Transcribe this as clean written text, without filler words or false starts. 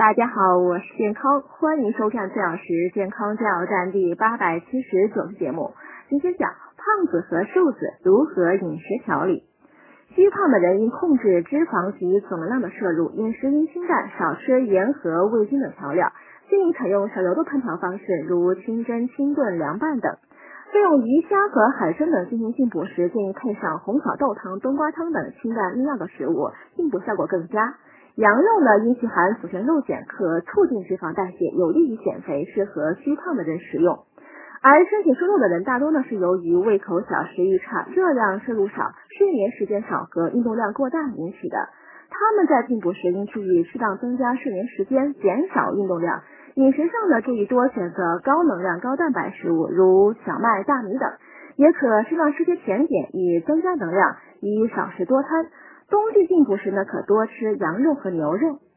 大家好，我是健康，欢迎收看4小时健康加油站第879期节目。今天讲胖子和瘦子如何饮食调理。虚胖的人应控制脂肪及总能量的摄入，饮食应清淡，少吃盐和味精等调料，建议采用少油的烹调方式，如清蒸、清炖、凉拌等。在用鱼虾和海参等进行进补时，建议配上红枣豆汤、冬瓜汤等清淡利尿的食物，进补效果更佳。羊肉呢，因其含左旋肉碱，可促进脂肪代谢，有利于减肥，适合虚胖的人食用。而身体瘦弱的人大多呢是由于胃口小、食欲差、热量摄入少、睡眠时间少和运动量过大引起的。他们在进补时应注意适当增加睡眠时间，减少运动量。饮食上呢，注意多选择高能量、高蛋白食物，如小麦、大米等，也可适当吃些甜点以增加能量，宜少食多餐。冬季进补时呢，可多吃羊肉和牛肉。